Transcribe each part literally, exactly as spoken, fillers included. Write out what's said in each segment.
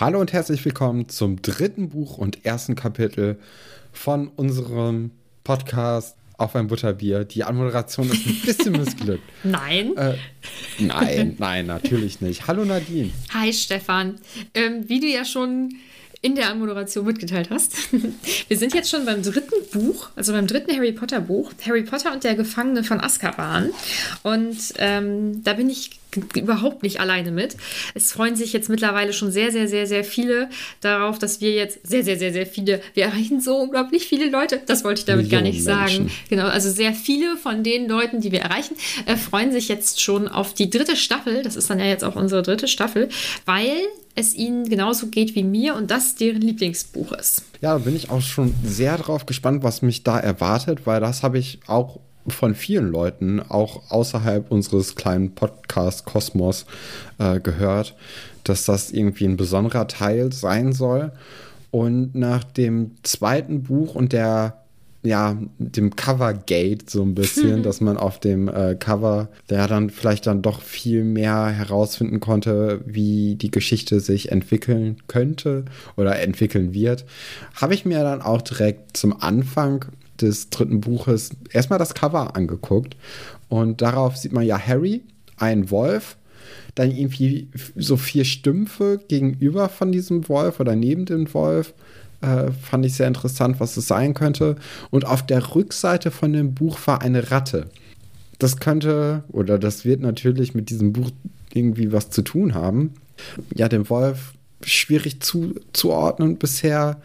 Hallo und herzlich willkommen zum dritten Buch und ersten Kapitel von unserem Podcast Auf ein Butterbier. Die Anmoderation ist ein bisschen missglückt. Nein. Äh, nein, nein, natürlich nicht. Hallo Nadine. Hi Stefan. Ähm, wie du ja schon in der Anmoderation mitgeteilt hast, wir sind jetzt schon beim dritten Buch, also beim dritten Harry Potter Buch, Harry Potter und der Gefangene von Azkaban. Und ähm, da bin ich überhaupt nicht alleine mit. Es freuen sich jetzt mittlerweile schon sehr, sehr, sehr, sehr viele darauf, dass wir jetzt sehr, sehr, sehr, sehr viele, wir erreichen so unglaublich viele Leute. Das wollte ich damit Millionen gar nicht Menschen. sagen. Genau, also sehr viele von den Leuten, die wir erreichen, äh, freuen sich jetzt schon auf die dritte Staffel. Das ist dann ja jetzt auch unsere dritte Staffel, weil es ihnen genauso geht wie mir und das deren Lieblingsbuch ist. Ja, da bin ich auch schon sehr drauf gespannt, was mich da erwartet, weil das habe ich auch von vielen Leuten, auch außerhalb unseres kleinen Podcast-Kosmos, äh, gehört, dass das irgendwie ein besonderer Teil sein soll. Und nach dem zweiten Buch und der, ja, dem Covergate so ein bisschen, dass man auf dem äh, Cover, der dann vielleicht dann doch viel mehr herausfinden konnte, wie die Geschichte sich entwickeln könnte oder entwickeln wird, habe ich mir dann auch direkt zum Anfang des dritten Buches erstmal das Cover angeguckt und darauf sieht man ja Harry, einen Wolf, dann irgendwie so vier Stümpfe gegenüber von diesem Wolf oder neben dem Wolf. Äh, fand ich sehr interessant, was es sein könnte. Und auf der Rückseite von dem Buch war eine Ratte. Das könnte, oder das wird natürlich mit diesem Buch irgendwie was zu tun haben. Ja, den Wolf schwierig zuzuordnen bisher.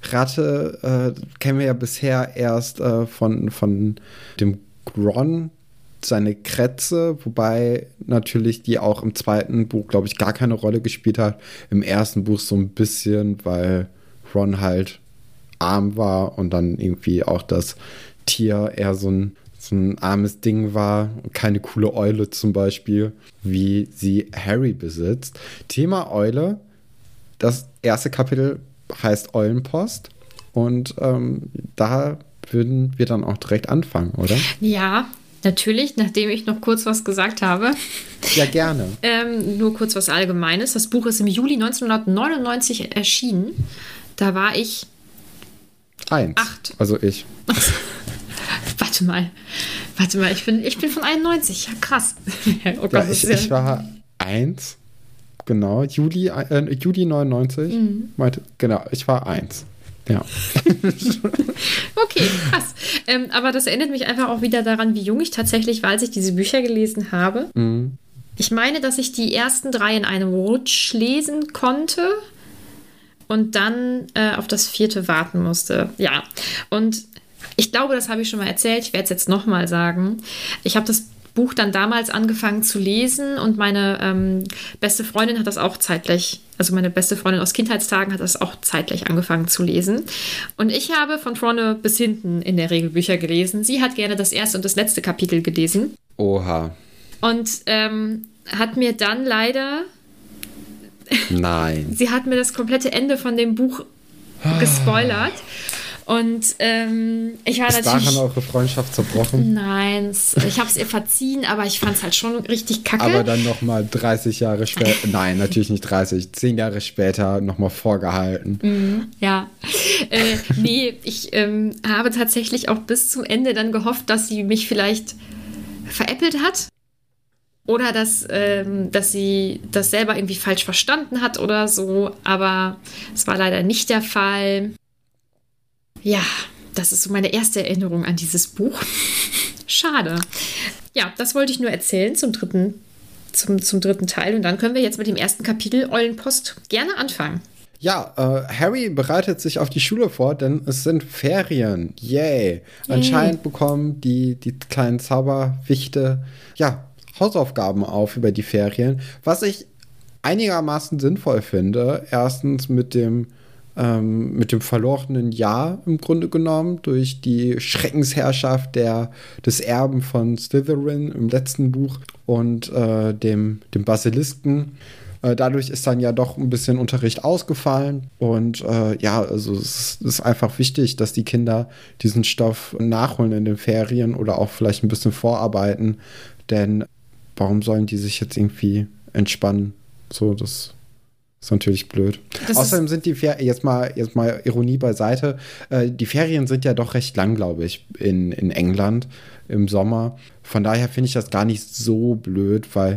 Ratte äh, kennen wir ja bisher erst äh, von, von dem Ron, seine Krätze, wobei natürlich die auch im zweiten Buch, glaube ich, gar keine Rolle gespielt hat. Im ersten Buch so ein bisschen, weil Ron halt arm war und dann irgendwie auch das Tier eher so ein, so ein armes Ding war. Keine coole Eule zum Beispiel, wie sie Harry besitzt. Thema Eule, das erste Kapitel heißt Eulenpost und ähm, da würden wir dann auch direkt anfangen, oder? Ja, natürlich, nachdem ich noch kurz was gesagt habe. Ja, gerne. ähm, nur kurz was Allgemeines. Das Buch ist im Juli neunzehnhundertneunundneunzig erschienen. Da war ich Eins. Acht. Also ich. Warte mal. Warte mal, ich bin, ich bin von einundneunzig. Ja, krass. Oh Gott, Ja, das ich, ist ja ich war eins. Genau, Juli, äh, Juli neunundneunzig. Mhm. Meinte, genau, ich war eins. Ja. Okay, krass. Ähm, aber das erinnert mich einfach auch wieder daran, wie jung ich tatsächlich war, als ich diese Bücher gelesen habe. Mhm. Ich meine, dass ich die ersten drei in einem Rutsch lesen konnte und dann äh, auf das vierte warten musste. Ja, und ich glaube, das habe ich schon mal erzählt. Ich werde es jetzt nochmal sagen. Ich habe das Buch dann damals angefangen zu lesen und meine ähm, beste Freundin hat das auch zeitgleich, also meine beste Freundin aus Kindheitstagen hat das auch zeitgleich angefangen zu lesen. Und ich habe von vorne bis hinten in der Regel Bücher gelesen. Sie hat gerne das erste und das letzte Kapitel gelesen. Oha. Und ähm, hat mir dann leider... Nein. Sie hat mir das komplette Ende von dem Buch gespoilert. Und ähm, ich war Ist natürlich... daran eure Freundschaft zerbrochen? Nein, ich habe es ihr verziehen, aber ich fand es halt schon richtig kacke. Aber dann nochmal dreißig Jahre später, nein, natürlich nicht dreißig, zehn Jahre später nochmal vorgehalten. Mhm, ja, äh, nee, ich ähm, habe tatsächlich auch bis zum Ende dann gehofft, dass sie mich vielleicht veräppelt hat. Oder dass, ähm, dass sie das selber irgendwie falsch verstanden hat oder so. Aber es war leider nicht der Fall. Ja, das ist so meine erste Erinnerung an dieses Buch. Schade. Ja, das wollte ich nur erzählen zum dritten, zum, zum dritten Teil. Und dann können wir jetzt mit dem ersten Kapitel Eulenpost gerne anfangen. Ja, äh, Harry bereitet sich auf die Schule vor, denn es sind Ferien. Yay. Anscheinend bekommen die, die kleinen Zauberwichte, ja, Hausaufgaben auf über die Ferien, was ich einigermaßen sinnvoll finde. Erstens mit dem ähm, mit dem verlorenen Jahr im Grunde genommen durch die Schreckensherrschaft der, des Erben von Slytherin im letzten Buch und äh, dem, dem Basilisken. Äh, dadurch ist dann ja doch ein bisschen Unterricht ausgefallen und äh, ja, also es ist einfach wichtig, dass die Kinder diesen Stoff nachholen in den Ferien oder auch vielleicht ein bisschen vorarbeiten, denn warum sollen die sich jetzt irgendwie entspannen? So, das Ist natürlich blöd. Das Außerdem sind die Ferien, jetzt mal, jetzt mal Ironie beiseite, äh, die Ferien sind ja doch recht lang, glaube ich, in, in England im Sommer. Von daher finde ich das gar nicht so blöd, weil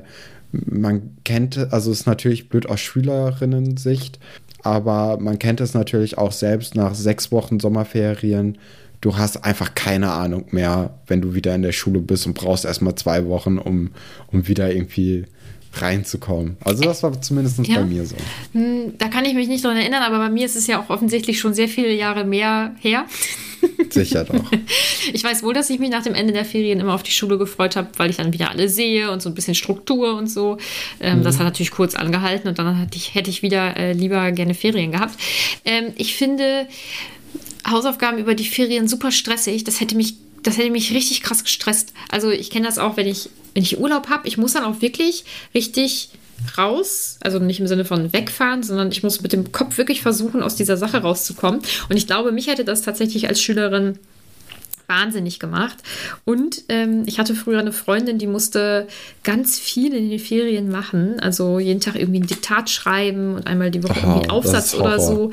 man kennt, also es ist natürlich blöd aus Schülerinnen-Sicht, aber man kennt es natürlich auch selbst nach sechs Wochen Sommerferien. Du hast einfach keine Ahnung mehr, wenn du wieder in der Schule bist und brauchst erstmal zwei Wochen, um, um wieder irgendwie reinzukommen. Also das war zumindest ja. bei mir so. Da kann ich mich nicht dran erinnern, aber bei mir ist es ja auch offensichtlich schon sehr viele Jahre mehr her. Sicher doch. Ich weiß wohl, dass ich mich nach dem Ende der Ferien immer auf die Schule gefreut habe, weil ich dann wieder alle sehe und so ein bisschen Struktur und so. Ähm, mhm. Das hat natürlich kurz angehalten und dann hätte ich, hätte ich wieder äh, lieber gerne Ferien gehabt. Ähm, ich finde Hausaufgaben über die Ferien super stressig. Das hätte mich, das hätte mich richtig krass gestresst. Also ich kenne das auch, wenn ich, wenn ich Urlaub habe. Ich muss dann auch wirklich richtig raus, also nicht im Sinne von wegfahren, sondern ich muss mit dem Kopf wirklich versuchen, aus dieser Sache rauszukommen. Und ich glaube, mich hätte das tatsächlich als Schülerin wahnsinnig gemacht. Und ähm, ich hatte früher eine Freundin, die musste ganz viel in den Ferien machen. Also jeden Tag irgendwie ein Diktat schreiben und einmal die Woche Aha, irgendwie einen Aufsatz oder so.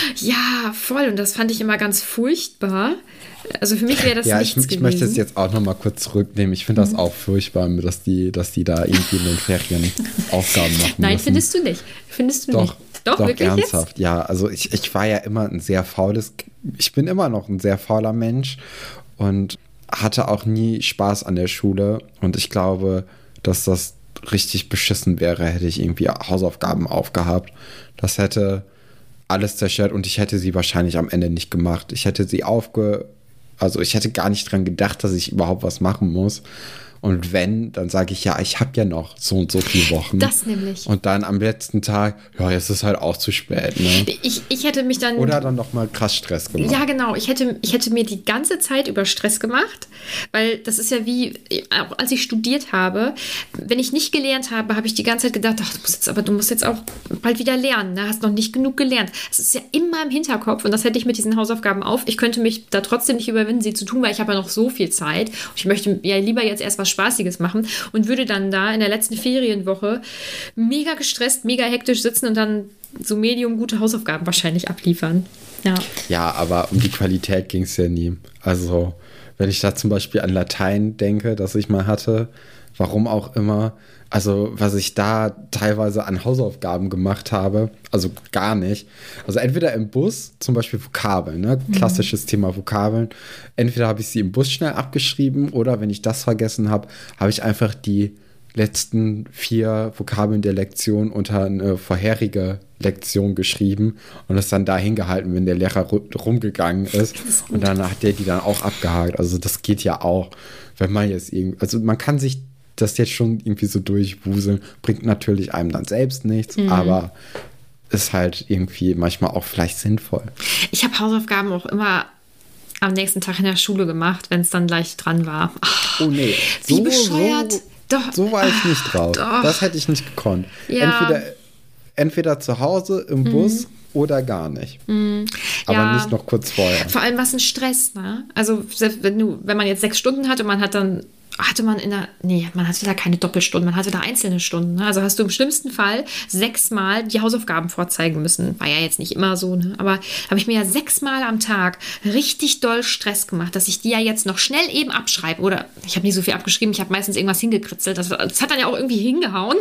Ja, voll. Und das fand ich immer ganz furchtbar. Also für mich wäre das ja, nichts ich, ich gewesen. möchte es jetzt auch noch mal kurz zurücknehmen. Ich finde das mhm. auch furchtbar, dass die, dass die da irgendwie in den Ferien Aufgaben machen Nein, müssen. findest du nicht. Findest du doch, nicht. Doch, doch wirklich ernsthaft. Jetzt? Ja, also ich, ich war ja immer ein sehr faules, ich bin immer noch ein sehr fauler Mensch und hatte auch nie Spaß an der Schule. Und ich glaube, dass das richtig beschissen wäre, hätte ich irgendwie Hausaufgaben aufgehabt. Das hätte alles zerstört und ich hätte sie wahrscheinlich am Ende nicht gemacht. Ich hätte sie aufge... Also ich hätte gar nicht dran gedacht, dass ich überhaupt was machen muss. Und wenn, dann sage ich, ja, ich habe ja noch so und so viele Wochen. Das nämlich. Und dann am letzten Tag, ja, jetzt ist halt auch zu spät. Ne? Ich, ich hätte mich dann... Oder dann noch mal krass Stress gemacht. Ja, genau. Ich hätte, ich hätte mir die ganze Zeit über Stress gemacht, weil das ist ja wie, auch als ich studiert habe, wenn ich nicht gelernt habe, habe ich die ganze Zeit gedacht, ach, du musst jetzt, aber du musst jetzt auch bald wieder lernen. Ne? Hast noch nicht genug gelernt. Es ist ja immer im Hinterkopf und das hätte ich mit diesen Hausaufgaben auf. Ich könnte mich da trotzdem nicht überwinden, sie zu tun, weil ich habe ja noch so viel Zeit. Und ich möchte ja lieber jetzt erst was Spaßiges machen und würde dann da in der letzten Ferienwoche mega gestresst, mega hektisch sitzen und dann so medium gute Hausaufgaben wahrscheinlich abliefern. Ja, ja, aber um die Qualität ging es ja nie. Also, wenn ich da zum Beispiel an Latein denke, das ich mal hatte, warum auch immer, also was ich da teilweise an Hausaufgaben gemacht habe, also gar nicht. Also entweder im Bus, zum Beispiel Vokabeln, ne? Klassisches mhm. Thema Vokabeln. Entweder habe ich sie im Bus schnell abgeschrieben oder wenn ich das vergessen habe, habe ich einfach die letzten vier Vokabeln der Lektion unter eine vorherige Lektion geschrieben und das dann dahin gehalten, wenn der Lehrer rumgegangen ist. Und dann hat der die dann auch abgehakt. Also das geht ja auch, wenn man jetzt irgendwie, also man kann sich das jetzt schon irgendwie so durchwuseln, bringt natürlich einem dann selbst nichts, mhm. aber ist halt irgendwie manchmal auch vielleicht sinnvoll. Ich habe Hausaufgaben auch immer am nächsten Tag in der Schule gemacht, wenn es dann gleich dran war. Ach, oh nee, wie so, bescheuert. So, doch. so war ich nicht drauf. Doch. Das hätte ich nicht gekonnt. Ja. Entweder, entweder zu Hause im mhm. Bus oder gar nicht. Mm, aber ja. nicht noch kurz vorher. Vor allem was ein Stress, ne? Also selbst wenn du, wenn man jetzt sechs Stunden hat und man hat dann hatte man in der, nee, man hatte da keine Doppelstunden, man hatte da einzelne Stunden. Ne? Also hast du im schlimmsten Fall sechsmal die Hausaufgaben vorzeigen müssen. War ja jetzt nicht immer so, ne? Aber habe ich mir ja sechsmal am Tag richtig doll Stress gemacht, dass ich die ja jetzt noch schnell eben abschreibe. Oder ich habe nicht so viel abgeschrieben, ich habe meistens irgendwas hingekritzelt. Das, das hat dann ja auch irgendwie hingehauen.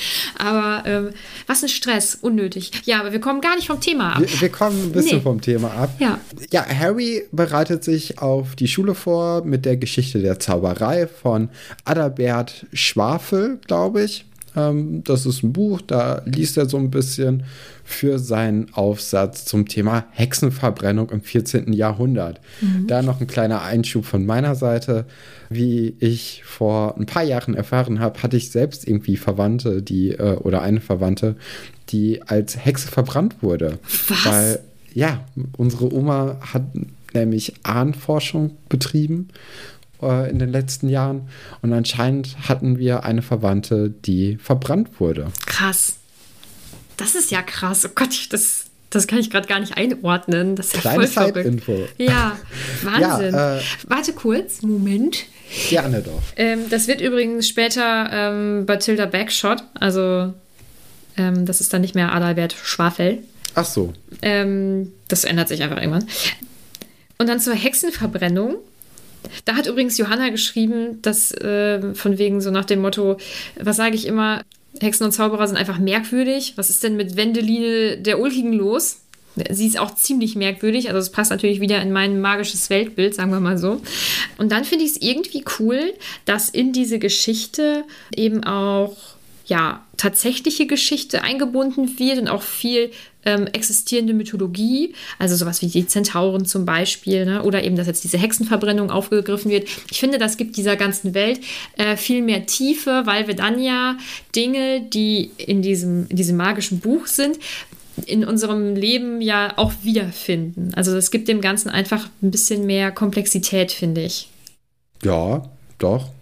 Aber ähm, was ein Stress, unnötig. Ja, aber wir kommen gar nicht vom Thema ab. Wir, wir kommen ein bisschen nee. vom Thema ab. Ja. ja, Harry bereitet sich auf die Schule vor mit der Geschichte der Zauberei von Adalbert Schwafel, glaube ich. Ähm, das ist ein Buch, da liest er so ein bisschen für seinen Aufsatz zum Thema Hexenverbrennung im vierzehnten Jahrhundert. Mhm. Da noch ein kleiner Einschub von meiner Seite. Wie ich vor ein paar Jahren erfahren habe, hatte ich selbst irgendwie Verwandte, die äh, oder eine Verwandte, die als Hexe verbrannt wurde. Was? Weil, ja, unsere Oma hat nämlich Ahnenforschung betrieben in den letzten Jahren und anscheinend hatten wir eine Verwandte, die verbrannt wurde. Krass. Das ist ja krass. Oh Gott, das, das kann ich gerade gar nicht einordnen. Das ist ja Kleine voll verrückt. Info. Ja, Wahnsinn. Ja, äh, Warte kurz, Moment. Gerne doch. Ähm, das wird übrigens später ähm, Bathilda Bagshot, also Ähm, das ist dann nicht mehr Adalbert Schwafel. Ach so. Ähm, das ändert sich einfach irgendwann. Und dann zur Hexenverbrennung. Da hat übrigens Johanna geschrieben, dass äh, von wegen so nach dem Motto, was sage ich immer, Hexen und Zauberer sind einfach merkwürdig. Was ist denn mit Wendeline der Ulkigen los? Sie ist auch ziemlich merkwürdig, also es passt natürlich wieder in mein magisches Weltbild, sagen wir mal so. Und dann finde ich es irgendwie cool, dass in diese Geschichte eben auch ja, tatsächliche Geschichte eingebunden wird und auch viel ähm, existierende Mythologie, also sowas wie die Zentauren zum Beispiel, ne? Oder eben, dass jetzt diese Hexenverbrennung aufgegriffen wird. Ich finde, das gibt dieser ganzen Welt äh, viel mehr Tiefe, weil wir dann ja Dinge, die in diesem, in diesem magischen Buch sind, in unserem Leben ja auch wiederfinden. Also es gibt dem Ganzen einfach ein bisschen mehr Komplexität, finde ich. Ja, doch.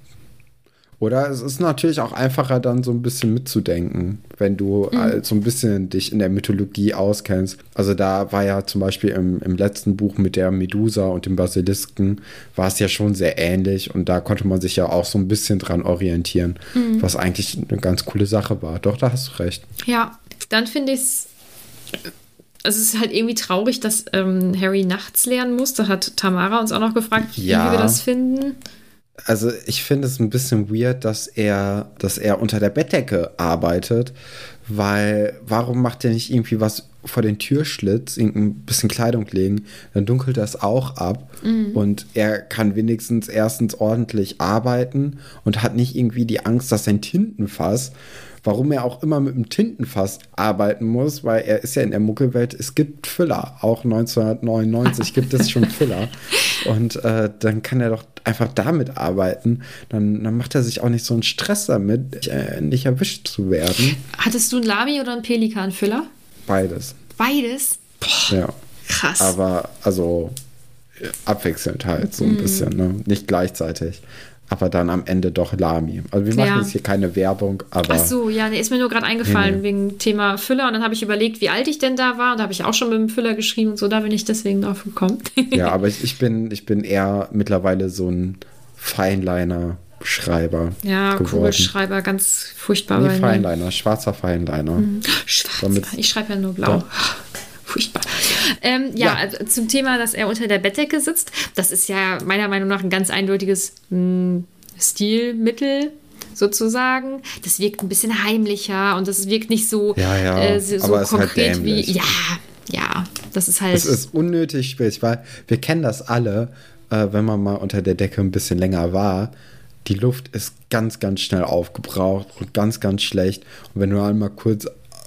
Oder es ist natürlich auch einfacher, dann so ein bisschen mitzudenken, wenn du mhm. so ein bisschen dich in der Mythologie auskennst. Also da war ja zum Beispiel im, im letzten Buch mit der Medusa und dem Basilisken, war es ja schon sehr ähnlich und da konnte man sich ja auch so ein bisschen dran orientieren, mhm. was eigentlich eine ganz coole Sache war. Doch, da hast du recht. Ja, dann finde ich es, also es ist halt irgendwie traurig, dass ähm, Harry nachts lernen muss. Da hat Tamara uns auch noch gefragt, ja. wie wir das finden. Also ich finde es ein bisschen weird, dass er, dass er unter der Bettdecke arbeitet, weil warum macht er nicht irgendwie was vor den Türschlitz, ein bisschen Kleidung legen, dann dunkelt das auch ab mhm. und er kann wenigstens erstens ordentlich arbeiten und hat nicht irgendwie die Angst, dass sein Tintenfass, warum er auch immer mit dem Tintenfass arbeiten muss, weil er ist ja in der Muggelwelt, es gibt Füller, auch neunzehnhundertneunundneunzig gibt es schon Füller und äh, dann kann er doch einfach damit arbeiten, dann, dann macht er sich auch nicht so einen Stress damit, äh, nicht erwischt zu werden. Hattest du einen Lami oder einen Pelikan-Füller? Beides. Beides? Boah, ja. Krass. Aber also abwechselnd halt so ein mm. bisschen, ne? Nicht gleichzeitig. Aber dann am Ende doch Lami. Also wir machen ja. jetzt hier keine Werbung, aber... Ach so, ja, nee, ist mir nur gerade eingefallen nee, nee. wegen Thema Füller. Und dann habe ich überlegt, wie alt ich denn da war. Und da habe ich auch schon mit dem Füller geschrieben und so. Da bin ich deswegen drauf gekommen. Ja, aber ich, ich, bin, ich bin eher mittlerweile so ein Feinliner-Schreiber Ja, geworden. Kugelschreiber, ganz furchtbar. Nee, Feinliner, schwarzer Feinliner. Mhm. Schwarz, Damit, ich schreibe ja nur blau. Ja. Furchtbar. Ähm, ja, ja. Also zum Thema, dass er unter der Bettdecke sitzt. Das ist ja meiner Meinung nach ein ganz eindeutiges mh, Stilmittel sozusagen. Das wirkt ein bisschen heimlicher und das wirkt nicht so, ja, ja. Äh, so aber konkret halt wie... Ja, ja, das ist halt... Es ist unnötig schwierig, weil wir kennen das alle, äh, wenn man mal unter der Decke ein bisschen länger war. Die Luft ist ganz, ganz schnell aufgebraucht und ganz, ganz schlecht. Und wenn du einmal kurz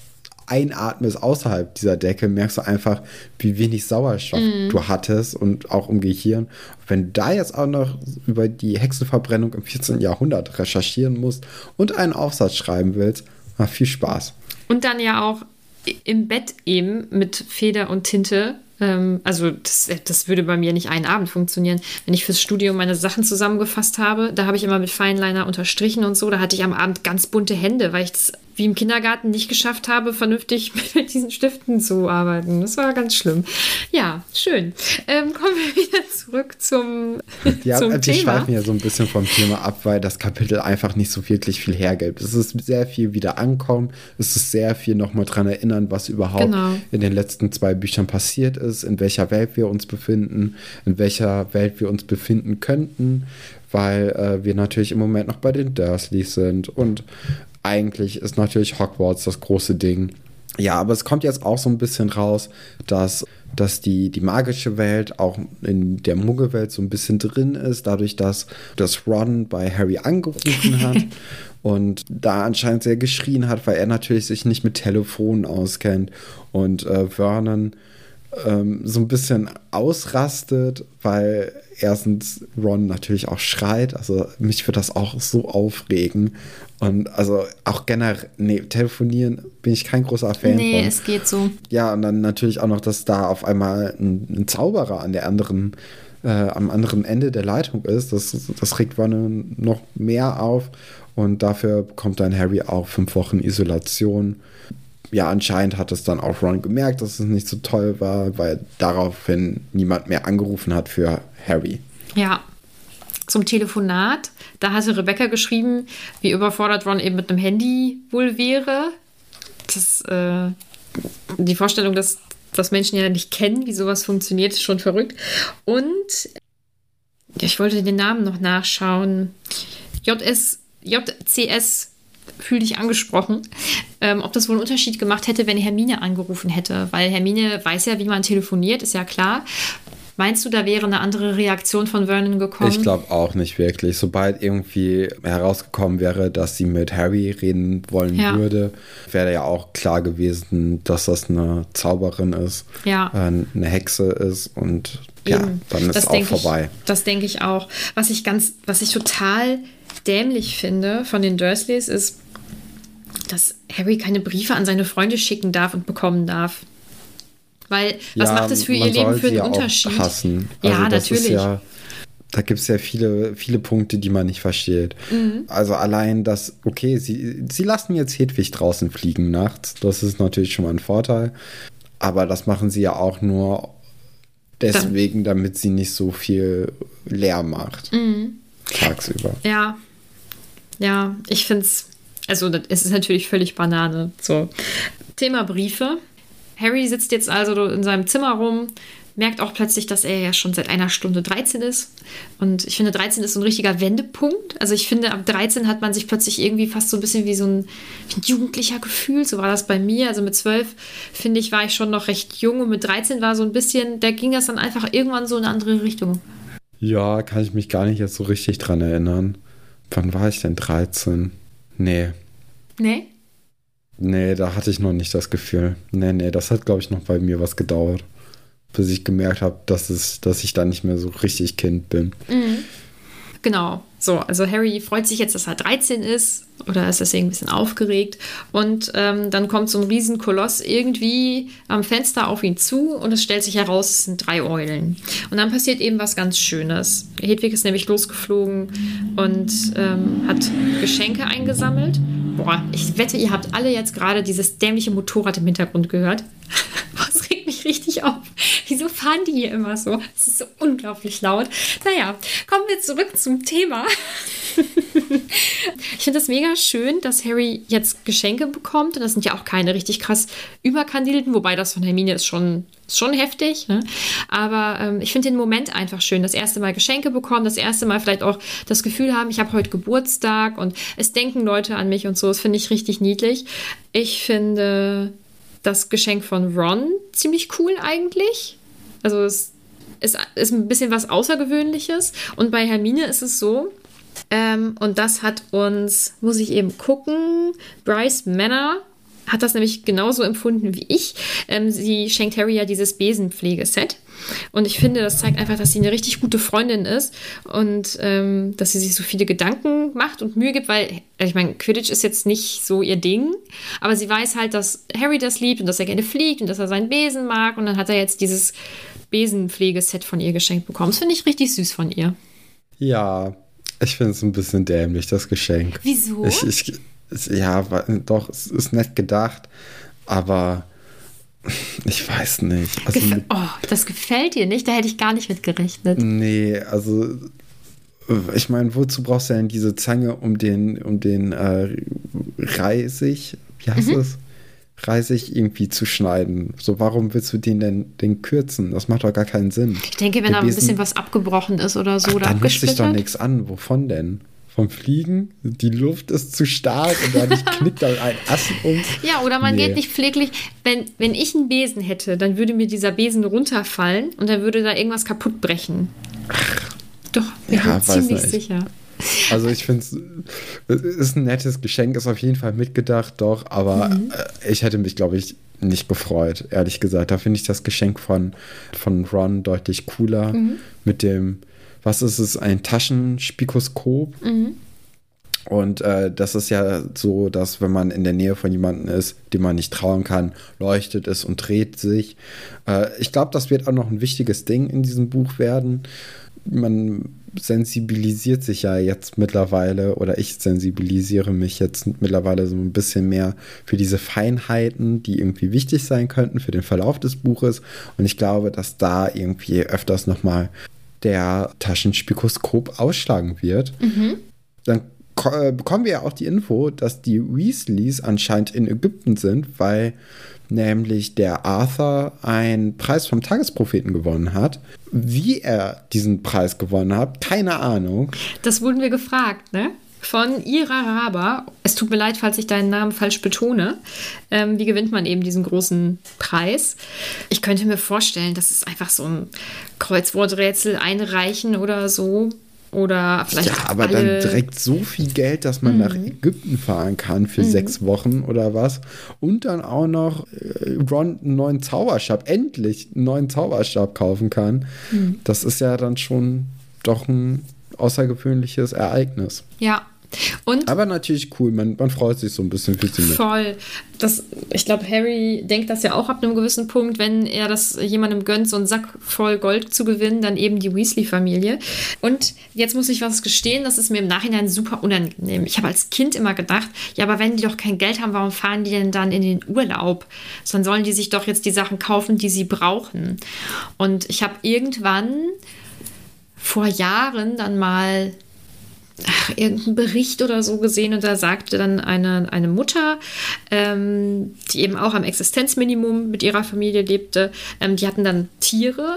einatmest außerhalb dieser Decke, merkst du einfach, wie wenig Sauerstoff mm. du hattest und auch im Gehirn. Wenn du da jetzt auch noch über die Hexenverbrennung im vierzehnten Jahrhundert recherchieren musst und einen Aufsatz schreiben willst, na, viel Spaß. Und dann ja auch im Bett eben mit Feder und Tinte. Ähm, also das, das würde bei mir nicht einen Abend funktionieren. Wenn ich fürs Studium meine Sachen zusammengefasst habe, da habe ich immer mit Feinliner unterstrichen und so. Da hatte ich am Abend ganz bunte Hände, weil ich das wie im Kindergarten nicht geschafft habe, vernünftig mit diesen Stiften zu arbeiten. Das war ganz schlimm. Ja, schön. Ähm, kommen wir wieder zurück zum, ja, zum wir Thema. Wir schweifen ja so ein bisschen vom Thema ab, weil das Kapitel einfach nicht so wirklich viel hergibt. Es ist sehr viel wieder ankommen. Es ist sehr viel nochmal dran erinnern, was überhaupt genau. in den letzten zwei Büchern passiert ist, in welcher Welt wir uns befinden, in welcher Welt wir uns befinden könnten, weil äh, wir natürlich im Moment noch bei den Dursleys sind und eigentlich ist natürlich Hogwarts das große Ding. Ja, aber es kommt jetzt auch so ein bisschen raus, dass, dass die, die magische Welt auch in der Muggelwelt so ein bisschen drin ist, dadurch, dass, dass Ron bei Harry angerufen hat und da anscheinend sehr geschrien hat, weil er natürlich sich nicht mit Telefonen auskennt und äh, Vernon ähm, so ein bisschen ausrastet, weil erstens Ron natürlich auch schreit, also mich wird das auch so aufregen. Und also auch generell, nee, telefonieren bin ich kein großer Fan nee, von. Nee, es geht so. Ja, und dann natürlich auch noch, dass da auf einmal ein, ein Zauberer an der anderen, äh, am anderen Ende der Leitung ist. Das, das regt Vernon noch mehr auf. Und dafür bekommt dann Harry auch fünf Wochen Isolation. Ja, anscheinend hat es dann auch Ron gemerkt, dass es nicht so toll war, weil daraufhin niemand mehr angerufen hat für Harry. Ja. Zum Telefonat, da hatte Rebecca geschrieben, wie überfordert Ron eben mit einem Handy wohl wäre. das, äh, die Vorstellung, dass, dass Menschen ja nicht kennen, wie sowas funktioniert, ist schon verrückt. Und ich wollte den Namen noch nachschauen. J S, J C S, fühl dich angesprochen, ähm, ob das wohl einen Unterschied gemacht hätte, wenn Hermine angerufen hätte. Weil Hermine weiß ja, wie man telefoniert, ist ja klar. Meinst du, da wäre eine andere Reaktion von Vernon gekommen? Ich glaube auch nicht wirklich. Sobald irgendwie herausgekommen wäre, dass sie mit Harry reden wollen ja. würde, wäre ja auch klar gewesen, dass das eine Zauberin ist, ja. äh, eine Hexe ist und ja, Eben. dann ist es auch vorbei. Ich, das denke ich auch. Was ich ganz, was ich total dämlich finde von den Dursleys ist, dass Harry keine Briefe an seine Freunde schicken darf und bekommen darf. Weil, was ja, macht es für ihr Leben für einen ja Unterschied? Auch hassen. Also ja, das natürlich. Ist ja, da gibt es ja viele, viele Punkte, die man nicht versteht. Mhm. Also allein das, okay, sie, sie lassen jetzt Hedwig draußen fliegen nachts. Das ist natürlich schon mal ein Vorteil. Aber das machen sie ja auch nur deswegen, Dann. damit sie nicht so viel Lärm macht. Mhm. Tagsüber. Ja. Ja, ich finde es, also es ist natürlich völlig Banane. So. Thema Briefe. Harry sitzt jetzt also in seinem Zimmer rum, merkt auch plötzlich, dass er ja schon seit einer Stunde dreizehn ist. Und ich finde, dreizehn ist so ein richtiger Wendepunkt. Also ich finde, ab dreizehn hat man sich plötzlich irgendwie fast so ein bisschen wie so ein, wie ein jugendlicher gefühlt. So war das bei mir. Also mit zwölf, finde ich, war ich schon noch recht jung. Und mit dreizehn war so ein bisschen, da ging das dann einfach irgendwann so in eine andere Richtung. Ja, kann ich mich gar nicht jetzt so richtig dran erinnern. Wann war ich denn dreizehn? Nee. Nee? Nee, da hatte ich noch nicht das Gefühl. Nee, nee, das hat, glaube ich, noch bei mir was gedauert. Bis ich gemerkt habe, dass, es, dass ich da nicht mehr so richtig Kind bin. Mhm. Genau. So, also Harry freut sich jetzt, dass er dreizehn ist oder ist deswegen ein bisschen aufgeregt. Und ähm, dann kommt so ein Riesenkoloss irgendwie am Fenster auf ihn zu und es stellt sich heraus, es sind drei Eulen. Und dann passiert eben was ganz Schönes. Hedwig ist nämlich losgeflogen und ähm, hat Geschenke eingesammelt. Boah, ich wette, ihr habt alle jetzt gerade dieses dämliche Motorrad im Hintergrund gehört. Das regt mich richtig auf. Wieso fahren die hier immer so? Es ist so unglaublich laut. Naja, kommen wir zurück zum Thema. Ich finde es mega schön, dass Harry jetzt Geschenke bekommt. Und das sind ja auch keine richtig krass überkandidelten, wobei das von Hermine ist schon, ist schon heftig. Ne? Aber ähm, ich finde den Moment einfach schön. Das erste Mal Geschenke bekommen, das erste Mal vielleicht auch das Gefühl haben, ich habe heute Geburtstag und es denken Leute an mich und so. Das finde ich richtig niedlich. Ich finde das Geschenk von Ron ziemlich cool eigentlich. Also es ist, ist ein bisschen was Außergewöhnliches. Und bei Hermine ist es so, ähm, und das hat uns, muss ich eben gucken, Bryce Manor hat das nämlich genauso empfunden wie ich. Ähm, sie schenkt Harry ja dieses Besenpflegeset. Und ich finde, das zeigt einfach, dass sie eine richtig gute Freundin ist und ähm, dass sie sich so viele Gedanken macht und Mühe gibt, weil, ich meine, Quidditch ist jetzt nicht so ihr Ding, aber sie weiß halt, dass Harry das liebt und dass er gerne fliegt und dass er seinen Besen mag und dann hat er jetzt dieses Besenpflegeset von ihr geschenkt bekommen. Das finde ich richtig süß von ihr. Ja, ich finde es ein bisschen dämlich, das Geschenk. Wieso? Ich, ich, es, ja, doch, es ist nett gedacht, aber ich weiß nicht. Also Gef- mit, oh, das gefällt dir nicht? Da hätte ich gar nicht mit gerechnet. Nee, also ich meine, wozu brauchst du denn diese Zange, um den, um den äh, Reisig, wie heißt mhm. das? Reisig irgendwie zu schneiden. So, warum willst du den denn den kürzen? Das macht doch gar keinen Sinn. Ich denke, wenn Der da ein Besen, bisschen was abgebrochen ist oder so, ach, oder dann nutzt sich doch abgesplittert. nichts an. Wovon denn? Vom Fliegen? Die Luft ist zu stark und dadurch knickt dann ein Ast um. Ja, oder man nee. geht nicht pfleglich. Wenn, wenn ich einen Besen hätte, dann würde mir dieser Besen runterfallen und dann würde da irgendwas kaputt brechen. Ach, doch, bin ja, mir ziemlich nicht. sicher. Also ich finde es ist ein nettes Geschenk, ist auf jeden Fall mitgedacht, doch, aber mhm. äh, ich hätte mich, glaube ich, nicht gefreut, ehrlich gesagt. Da finde ich das Geschenk von, von Ron deutlich cooler mhm. mit dem, was ist es, ein Taschenspikoskop. Mhm. Und äh, das ist ja so, dass wenn man in der Nähe von jemandem ist, dem man nicht trauen kann, leuchtet es und dreht sich. Äh, ich glaube, das wird auch noch ein wichtiges Ding in diesem Buch werden. Man sensibilisiert sich ja jetzt mittlerweile, oder ich sensibilisiere mich jetzt mittlerweile so ein bisschen mehr für diese Feinheiten, die irgendwie wichtig sein könnten für den Verlauf des Buches. Und ich glaube, dass da irgendwie öfters nochmal der Taschenspikoskop ausschlagen wird. Mhm. Dann äh, bekommen wir ja auch die Info, dass die Weasleys anscheinend in Ägypten sind, weil nämlich der Arthur einen Preis vom Tagespropheten gewonnen hat. Wie er diesen Preis gewonnen hat, keine Ahnung. Das wurden wir gefragt, ne? Von Ira Raber. Es tut mir leid, falls ich deinen Namen falsch betone. Ähm, wie gewinnt man eben diesen großen Preis? Ich könnte mir vorstellen, das ist einfach so ein Kreuzworträtsel einreichen oder so. Oder vielleicht ja, aber alle... dann direkt so viel Geld, dass man mhm. nach Ägypten fahren kann für mhm. sechs Wochen oder was. Und dann auch noch äh, Ron einen neuen Zauberstab, endlich einen neuen Zauberstab kaufen kann. Mhm. Das ist ja dann schon doch ein außergewöhnliches Ereignis. Ja. Und aber natürlich cool, man, man freut sich so ein bisschen für sie mit. Voll. Das, ich glaube, Harry denkt das ja auch ab einem gewissen Punkt, wenn er das jemandem gönnt, so einen Sack voll Gold zu gewinnen, dann eben die Weasley-Familie. Und jetzt muss ich was gestehen, das ist mir im Nachhinein super unangenehm. Ich habe als Kind immer gedacht, ja, aber wenn die doch kein Geld haben, warum fahren die denn dann in den Urlaub? Dann sollen die sich doch jetzt die Sachen kaufen, die sie brauchen. Und ich habe irgendwann vor Jahren dann mal Ach, irgendeinen Bericht oder so gesehen und da sagte dann eine, eine Mutter, ähm, die eben auch am Existenzminimum mit ihrer Familie lebte, ähm, die hatten dann Tiere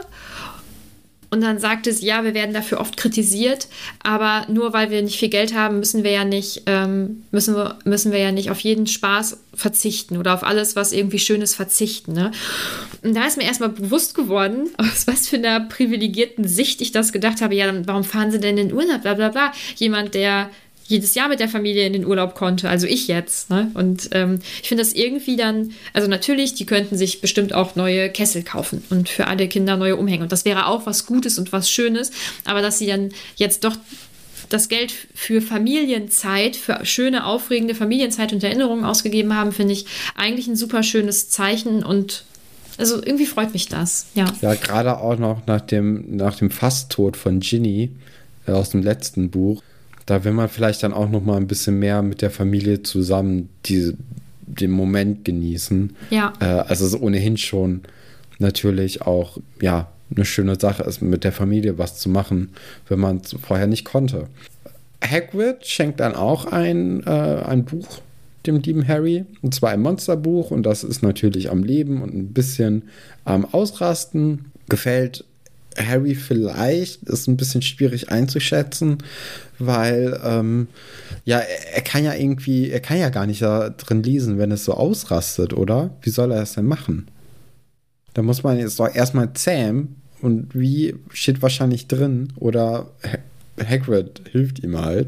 und dann sagte sie, ja, wir werden dafür oft kritisiert, aber nur weil wir nicht viel Geld haben, müssen wir ja nicht, ähm, müssen wir, müssen wir ja nicht auf jeden Spaß verzichten oder auf alles, was irgendwie Schönes verzichten. Ne? Und da ist mir erstmal bewusst geworden, aus was für einer privilegierten Sicht ich das gedacht habe, ja, warum fahren sie denn in den Urlaub, bla bla bla. Jemand, der jedes Jahr mit der Familie in den Urlaub konnte, also ich jetzt. Ne? Und ähm, ich finde das irgendwie dann, also natürlich, die könnten sich bestimmt auch neue Kessel kaufen und für alle Kinder neue Umhänge. Und das wäre auch was Gutes und was Schönes, aber dass sie dann jetzt doch das Geld für Familienzeit, für schöne, aufregende Familienzeit und Erinnerungen ausgegeben haben, finde ich eigentlich ein super schönes Zeichen und also irgendwie freut mich das, ja. Ja, gerade auch noch nach dem, nach dem Fasttod von Ginny äh, aus dem letzten Buch, da will man vielleicht dann auch noch mal ein bisschen mehr mit der Familie zusammen die, den Moment genießen. Ja. Äh, also es ist ohnehin schon natürlich auch, ja, eine schöne Sache ist, mit der Familie was zu machen, wenn man es vorher nicht konnte. Hagrid schenkt dann auch ein, äh, ein Buch dem lieben Harry, und zwar ein Monsterbuch, und das ist natürlich am Leben und ein bisschen am Ausrasten. Gefällt Harry vielleicht, ist ein bisschen schwierig einzuschätzen, weil ähm, ja, er kann ja irgendwie, er kann ja gar nicht da drin lesen, wenn es so ausrastet, oder? Wie soll er das denn machen? Da muss man jetzt doch erstmal zähmen, und wie steht wahrscheinlich drin, oder Hagrid hilft ihm halt.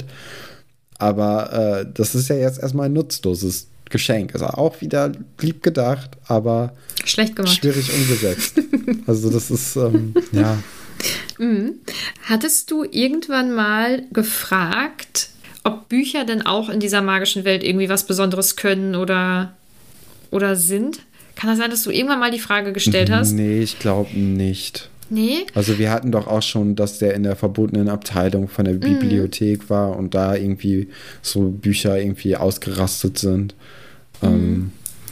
Aber äh, das ist ja jetzt erstmal ein nutzloses Geschenk. Ist auch wieder lieb gedacht, aber schlecht gemacht. Schwierig umgesetzt. Also das ist, ähm, ja. Mhm. Hattest du irgendwann mal gefragt, ob Bücher denn auch in dieser magischen Welt irgendwie was Besonderes können oder, oder sind? Kann das sein, dass du irgendwann mal die Frage gestellt hast? Nee, ich glaube nicht. Nee? Also wir hatten doch auch schon, dass der in der verbotenen Abteilung von der Bibliothek mhm. war und da irgendwie so Bücher irgendwie ausgerastet sind. Mhm. Ähm,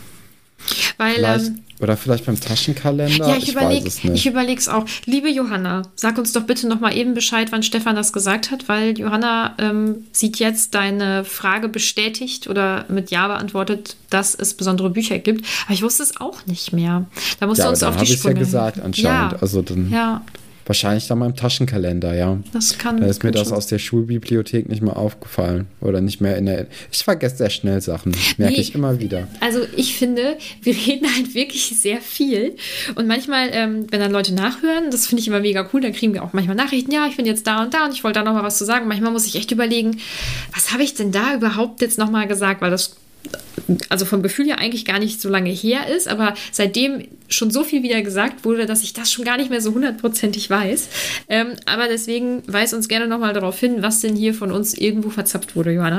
Weil, vielleicht, ähm, oder vielleicht beim Taschenkalender? Ja, ich, ich überleg, weiß es nicht. Ich überlege es auch. Liebe Johanna, sag uns doch bitte noch mal eben Bescheid, wann Stefan das gesagt hat, weil Johanna ähm, sieht jetzt deine Frage bestätigt oder mit Ja beantwortet, dass es besondere Bücher gibt. Aber ich wusste es auch nicht mehr. Da musst ja, du uns aber auf die Sprünge. Ja, gesagt anscheinend. Ja. Also dann ja. Wahrscheinlich dann beim Taschenkalender, ja. Das kann. Da ist mir das schon. aus der Schulbibliothek nicht mehr aufgefallen. Oder nicht mehr in der. Ich vergesse sehr schnell Sachen. Merke nee, ich immer wieder. Also ich finde, wir reden halt wirklich sehr viel. Und manchmal, ähm, wenn dann Leute nachhören, das finde ich immer mega cool, dann kriegen wir auch manchmal Nachrichten, ja, ich bin jetzt da und da und ich wollte da nochmal was zu sagen. Manchmal muss ich echt überlegen, was habe ich denn da überhaupt jetzt nochmal gesagt, weil das also vom Gefühl ja eigentlich gar nicht so lange her ist, aber seitdem schon so viel wieder gesagt wurde, dass ich das schon gar nicht mehr so hundertprozentig weiß. Ähm, aber deswegen weis uns gerne nochmal darauf hin, was denn hier von uns irgendwo verzapft wurde, Johanna.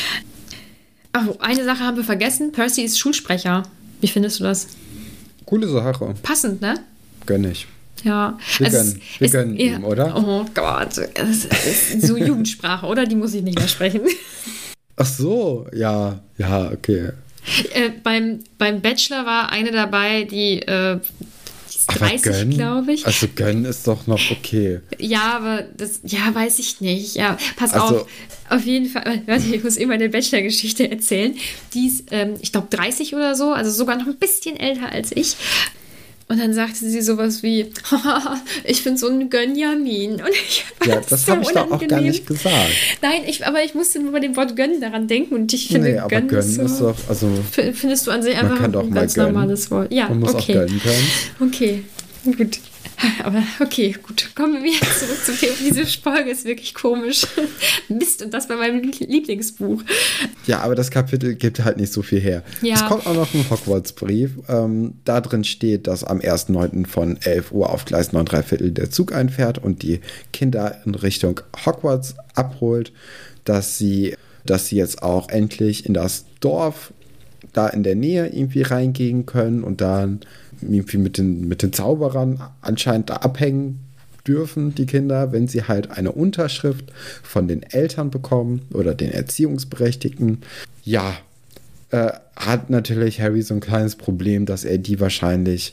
Ach, eine Sache haben wir vergessen. Percy ist Schulsprecher. Wie findest du das? Coole Sache. Passend, ne? Gönn ich. Ja. Wir also gönnen, wir es, gönnen ja, ihm, oder? Oh Gott. Es ist so Jugendsprache, oder? Die muss ich nicht mehr sprechen. Ach so, ja, ja, okay. Äh, beim, beim Bachelor war eine dabei, die, äh, dreißig, glaube ich. Also gönnen ist doch noch okay. Ja, aber das, ja, weiß ich nicht. Ja, pass also, auf, auf jeden Fall, warte, ich muss immer eine Bachelor-Geschichte erzählen. Die ist, ähm, ich glaube, dreißig oder so, also sogar noch ein bisschen älter als ich. Und dann sagte sie sowas wie, ich bin so ein Gönjamin. Und ich ja, das so habe ich doch auch gar nicht gesagt. Nein, ich, aber ich musste nur bei dem Wort gönnen daran denken. Und ich finde, nee, aber gönnen, gönnen ist, so, ist doch, also findest du an sich einfach ein ganz normales Wort. Ja, man muss okay. auch gönnen können. Okay, gut. Aber okay, gut. Kommen wir wieder zurück zum Thema. Diese Folge ist wirklich komisch. Mist, und das bei meinem Lieblingsbuch. Ja, aber das Kapitel gibt halt nicht so viel her. Ja. Es kommt auch noch ein Hogwarts-Brief. Ähm, da drin steht, dass am ersten neunten von elf Uhr auf Gleis neun drei Viertel der Zug einfährt und die Kinder in Richtung Hogwarts abholt. Dass sie, dass sie jetzt auch endlich in das Dorf da in der Nähe irgendwie reingehen können und dann irgendwie mit den, mit den Zauberern anscheinend da abhängen dürfen, die Kinder, wenn sie halt eine Unterschrift von den Eltern bekommen oder den Erziehungsberechtigten. Ja, äh, hat natürlich Harry so ein kleines Problem, dass er die wahrscheinlich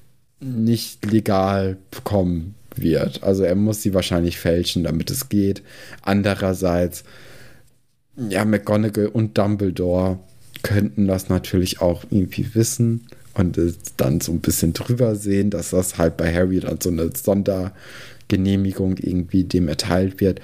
nicht legal bekommen wird. Also er muss sie wahrscheinlich fälschen, damit es geht. Andererseits, ja, McGonagall und Dumbledore könnten das natürlich auch irgendwie wissen und es dann so ein bisschen drüber sehen, dass das halt bei Harry dann so eine Sondergenehmigung irgendwie dem erteilt wird.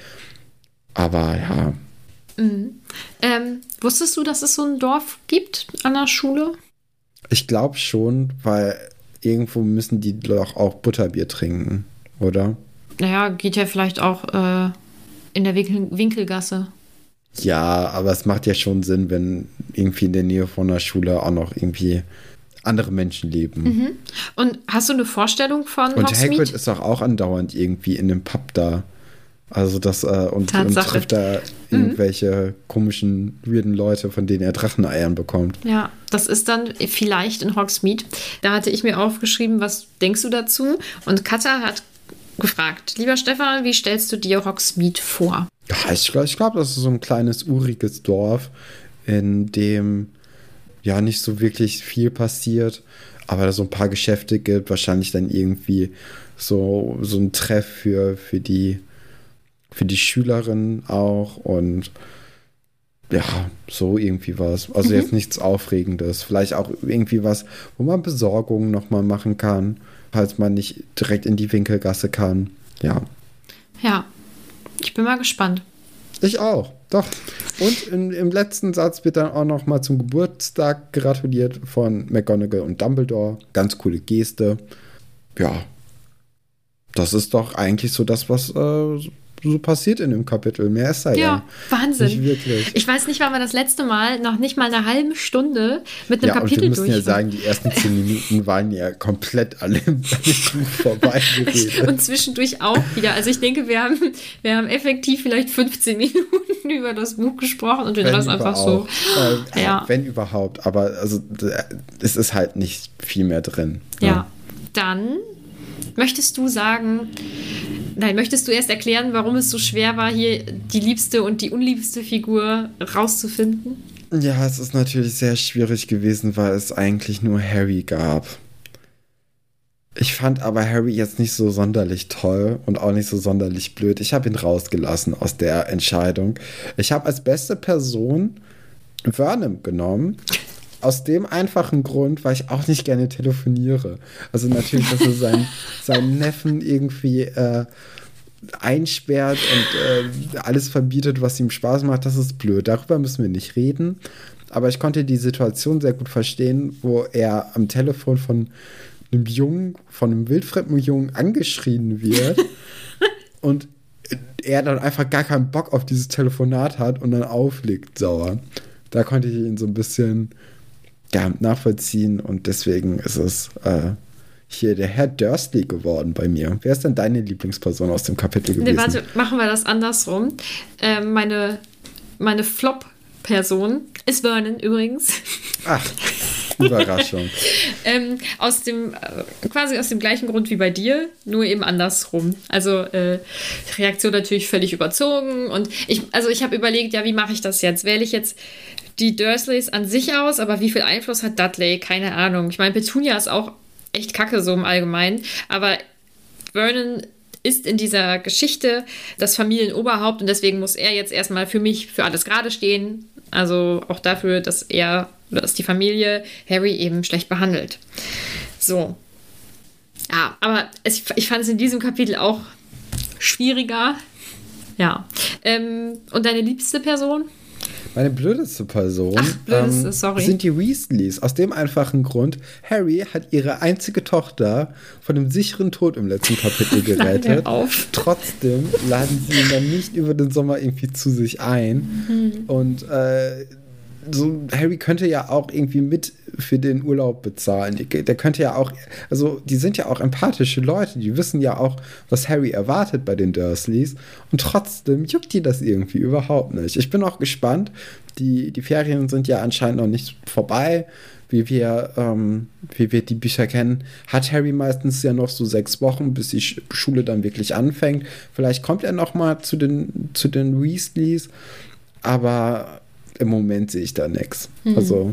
Aber ja. Mhm. Ähm, wusstest du, dass es so ein Dorf gibt an der Schule? Ich glaube schon, weil irgendwo müssen die doch auch Butterbier trinken, oder? Naja, geht ja vielleicht auch äh, in der Winkel- Winkelgasse. Ja, aber es macht ja schon Sinn, wenn irgendwie in der Nähe von der Schule auch noch irgendwie andere Menschen leben. Mhm. Und hast du eine Vorstellung von Und Hogsmeade? Hagrid ist doch auch andauernd irgendwie in dem Pub da. Also das, äh, und, und trifft da irgendwelche mhm. komischen, weirden Leute, von denen er Dracheneiern bekommt. Ja, das ist dann vielleicht in Hogsmeade. Da hatte ich mir aufgeschrieben, was denkst du dazu? Und Katha hat gefragt, lieber Stefan, wie stellst du dir Hogsmeade vor? Ja, ich glaube, ich glaub, das ist so ein kleines, uriges Dorf, in dem ja nicht so wirklich viel passiert, aber da so ein paar Geschäfte gibt, wahrscheinlich dann irgendwie so, so ein Treff für, für die für die Schülerinnen auch und ja, so irgendwie was. Also mhm. jetzt nichts Aufregendes. Vielleicht auch irgendwie was, wo man Besorgungen nochmal machen kann, falls man nicht direkt in die Winkelgasse kann. Ja. Ja, ich bin mal gespannt. Ich auch, doch. Und in, im letzten Satz wird dann auch noch mal zum Geburtstag gratuliert von McGonagall und Dumbledore. Ganz coole Geste. Ja, das ist doch eigentlich so das, was äh, so passiert in dem Kapitel. Mehr ist da ja. Ja, Wahnsinn. Nicht wirklich. Ich weiß nicht, wann wir das letzte Mal noch nicht mal eine halbe Stunde mit einem ja, Kapitel durch. Ja, und wir müssen ja sagen, die ersten zehn Minuten waren ja komplett alle im Buch vorbei gewesen. Und zwischendurch auch wieder. Also ich denke, wir haben, wir haben effektiv vielleicht fünfzehn Minuten über das Buch gesprochen und den Rest einfach so. Äh, ja. Wenn überhaupt. Aber also es ist halt nicht viel mehr drin. Ja, ja. Dann möchtest du sagen, nein, möchtest du erst erklären, warum es so schwer war, hier die liebste und die unliebste Figur rauszufinden? Ja, es ist natürlich sehr schwierig gewesen, weil es eigentlich nur Harry gab. Ich fand aber Harry jetzt nicht so sonderlich toll und auch nicht so sonderlich blöd. Ich habe ihn rausgelassen aus der Entscheidung. Ich habe als beste Person Vernon genommen. Aus dem einfachen Grund, weil ich auch nicht gerne telefoniere. Also natürlich, dass er seinen, seinen Neffen irgendwie äh, einsperrt und äh, alles verbietet, was ihm Spaß macht, das ist blöd. Darüber müssen wir nicht reden. Aber ich konnte die Situation sehr gut verstehen, wo er am Telefon von einem Jungen, von einem wildfremden Jungen angeschrien wird und er dann einfach gar keinen Bock auf dieses Telefonat hat und dann auflegt sauer. Da konnte ich ihn so ein bisschen ja, nachvollziehen und deswegen ist es äh, hier der Herr Dursley geworden bei mir. Wer ist denn deine Lieblingsperson aus dem Kapitel gewesen? Nee, warte, machen wir das andersrum. Äh, meine meine Flop-Person ist Vernon übrigens. Ach, Überraschung. ähm, aus dem, äh, quasi aus dem gleichen Grund wie bei dir, nur eben andersrum. Also äh, Reaktion natürlich völlig überzogen und ich, also ich habe überlegt, ja, wie mache ich das jetzt? Wähle ich jetzt die Dursleys an sich aus, aber wie viel Einfluss hat Dudley? Keine Ahnung. Ich meine, Petunia ist auch echt kacke so im Allgemeinen. Aber Vernon ist in dieser Geschichte das Familienoberhaupt und deswegen muss er jetzt erstmal für mich für alles gerade stehen. Also auch dafür, dass er, dass die Familie Harry eben schlecht behandelt. So. Ja, aber es, ich fand es in diesem Kapitel auch schwieriger. Ja. Ähm, und deine liebste Person? Meine blödeste Person Ach, blödeste, ähm, sorry. sind die Weasleys. Aus dem einfachen Grund, Harry hat ihre einzige Tochter von einem sicheren Tod im letzten Kapitel gerettet. auf. Trotzdem laden sie ihn dann nicht über den Sommer irgendwie zu sich ein. Hm. Und äh, so Harry könnte ja auch irgendwie mit für den Urlaub bezahlen. Der könnte ja auch, also die sind ja auch empathische Leute, die wissen ja auch, was Harry erwartet bei den Dursleys und trotzdem juckt die das irgendwie überhaupt nicht. Ich bin auch gespannt, die, die Ferien sind ja anscheinend noch nicht vorbei, wie wir, ähm, wie wir die Bücher kennen, hat Harry meistens ja noch so sechs Wochen, bis die Schule dann wirklich anfängt. Vielleicht kommt er noch mal zu den, zu den Weasleys, aber im Moment sehe ich da nichts. Hm. Also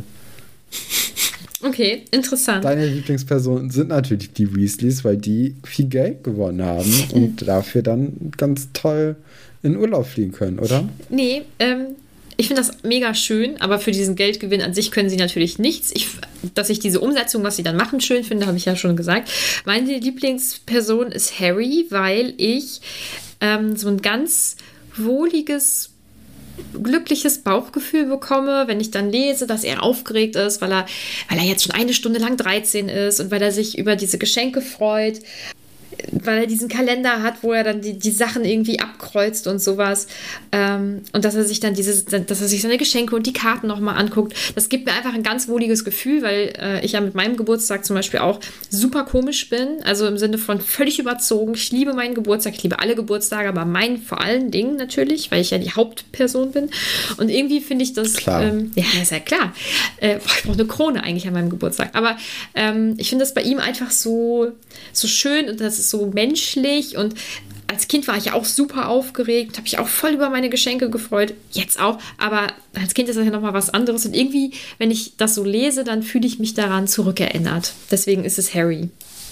okay, interessant. Deine Lieblingspersonen sind natürlich die Weasleys, weil die viel Geld gewonnen haben und dafür dann ganz toll in Urlaub fliegen können, oder? Nee, ähm, ich finde das mega schön, aber für diesen Geldgewinn an sich können sie natürlich nichts. Ich, dass ich diese Umsetzung, was sie dann machen, schön finde, habe ich ja schon gesagt. Meine Lieblingsperson ist Harry, weil ich ähm, so ein ganz wohliges glückliches Bauchgefühl bekomme, wenn ich dann lese, dass er aufgeregt ist, weil er, weil er jetzt schon eine Stunde lang dreizehn ist und weil er sich über diese Geschenke freut, weil er diesen Kalender hat, wo er dann die, die Sachen irgendwie abkreuzt und sowas. Ähm, und dass er sich dann diese, dass er sich seine Geschenke und die Karten nochmal anguckt. Das gibt mir einfach ein ganz wohliges Gefühl, weil äh, ich ja mit meinem Geburtstag zum Beispiel auch super komisch bin. Also im Sinne von völlig überzogen. Ich liebe meinen Geburtstag, ich liebe alle Geburtstage, aber meinen vor allen Dingen natürlich, weil ich ja die Hauptperson bin. Und irgendwie finde ich das, ähm, ja, ist ja klar. Äh, boah, ich brauche eine Krone eigentlich an meinem Geburtstag. Aber ähm, ich finde das bei ihm einfach so, so schön und das ist so menschlich und als Kind war ich ja auch super aufgeregt, habe ich auch voll über meine Geschenke gefreut, jetzt auch, aber als Kind ist das ja nochmal was anderes und irgendwie, wenn ich das so lese, dann fühle ich mich daran zurückerinnert. Deswegen ist es Harry.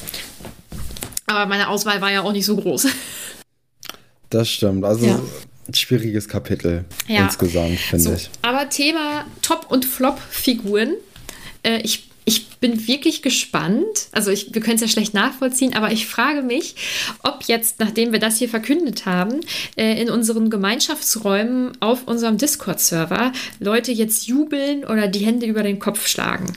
Aber meine Auswahl war ja auch nicht so groß. Das stimmt, also ja. Ein schwieriges Kapitel ja. insgesamt, finde so, ich. Aber Thema Top- und Flop-Figuren. Äh, ich Ich bin wirklich gespannt, also ich, wir können es ja schlecht nachvollziehen, aber ich frage mich, ob jetzt, nachdem wir das hier verkündet haben, äh, in unseren Gemeinschaftsräumen auf unserem Discord-Server Leute jetzt jubeln oder die Hände über den Kopf schlagen.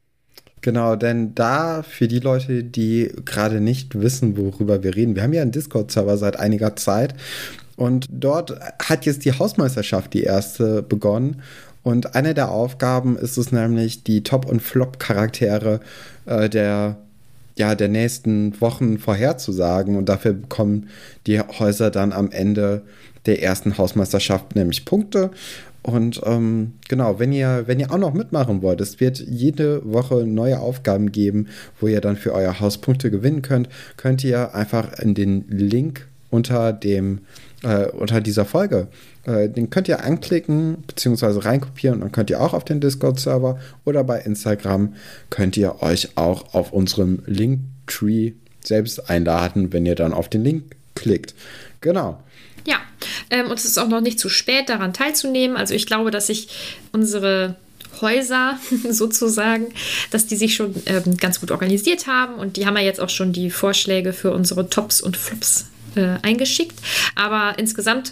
Genau, denn da für die Leute, die gerade nicht wissen, worüber wir reden, wir haben ja einen Discord-Server seit einiger Zeit und dort hat jetzt die Hausmeisterschaft, die erste, begonnen. Und eine der Aufgaben ist es nämlich, die Top- und Flop-Charaktere äh, der, ja, der nächsten Wochen vorherzusagen. Und dafür bekommen die Häuser dann am Ende der ersten Hausmeisterschaft nämlich Punkte. Und ähm, genau, wenn ihr, wenn ihr auch noch mitmachen wollt, es wird jede Woche neue Aufgaben geben, wo ihr dann für euer Haus Punkte gewinnen könnt, könnt ihr einfach in den Link unter dem äh, unter dieser Folge äh, den könnt ihr anklicken bzw. reinkopieren und dann könnt ihr auch auf den Discord-Server oder bei Instagram könnt ihr euch auch auf unserem Linktree selbst einladen, wenn ihr dann auf den Link klickt. Genau. Ja, ähm, und es ist auch noch nicht zu spät, daran teilzunehmen. Also ich glaube, dass sich unsere Häuser sozusagen, dass die sich schon ähm, ganz gut organisiert haben und die haben ja jetzt auch schon die Vorschläge für unsere Tops und Flops äh, eingeschickt. Aber insgesamt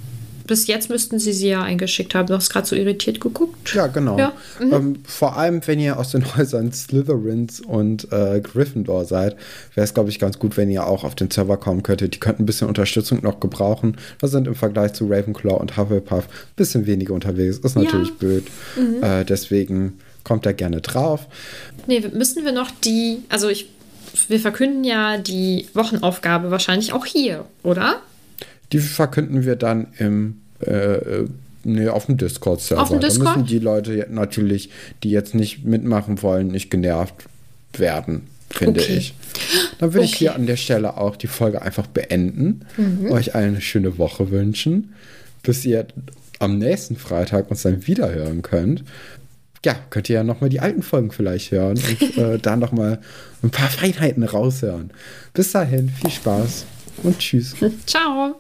bis jetzt müssten sie sie ja eingeschickt haben. Du hast gerade so irritiert geguckt. Ja, genau. Ja. Mhm. Ähm, vor allem, wenn ihr aus den Häusern Slytherins und äh, Gryffindor seid, wäre es, glaube ich, ganz gut, wenn ihr auch auf den Server kommen könntet. Die könnten ein bisschen Unterstützung noch gebrauchen. Wir sind im Vergleich zu Ravenclaw und Hufflepuff ein bisschen weniger unterwegs. Ist natürlich ja. blöd. Mhm. Äh, deswegen kommt da gerne drauf. Nee, müssen wir noch die, also ich, wir verkünden ja die Wochenaufgabe wahrscheinlich auch hier, oder? Die verkünden wir dann im, äh, nee, auf dem Discord-Server. Auf dem Discord? Da müssen die Leute natürlich, die jetzt nicht mitmachen wollen, nicht genervt werden, finde okay. ich. Dann würde okay. ich hier an der Stelle auch die Folge einfach beenden, mhm. euch eine schöne Woche wünschen, bis ihr am nächsten Freitag uns dann wiederhören könnt. ja, könnt ihr ja nochmal die alten Folgen vielleicht hören und äh, da nochmal ein paar Feinheiten raushören. Bis dahin, viel Spaß und tschüss. Ciao.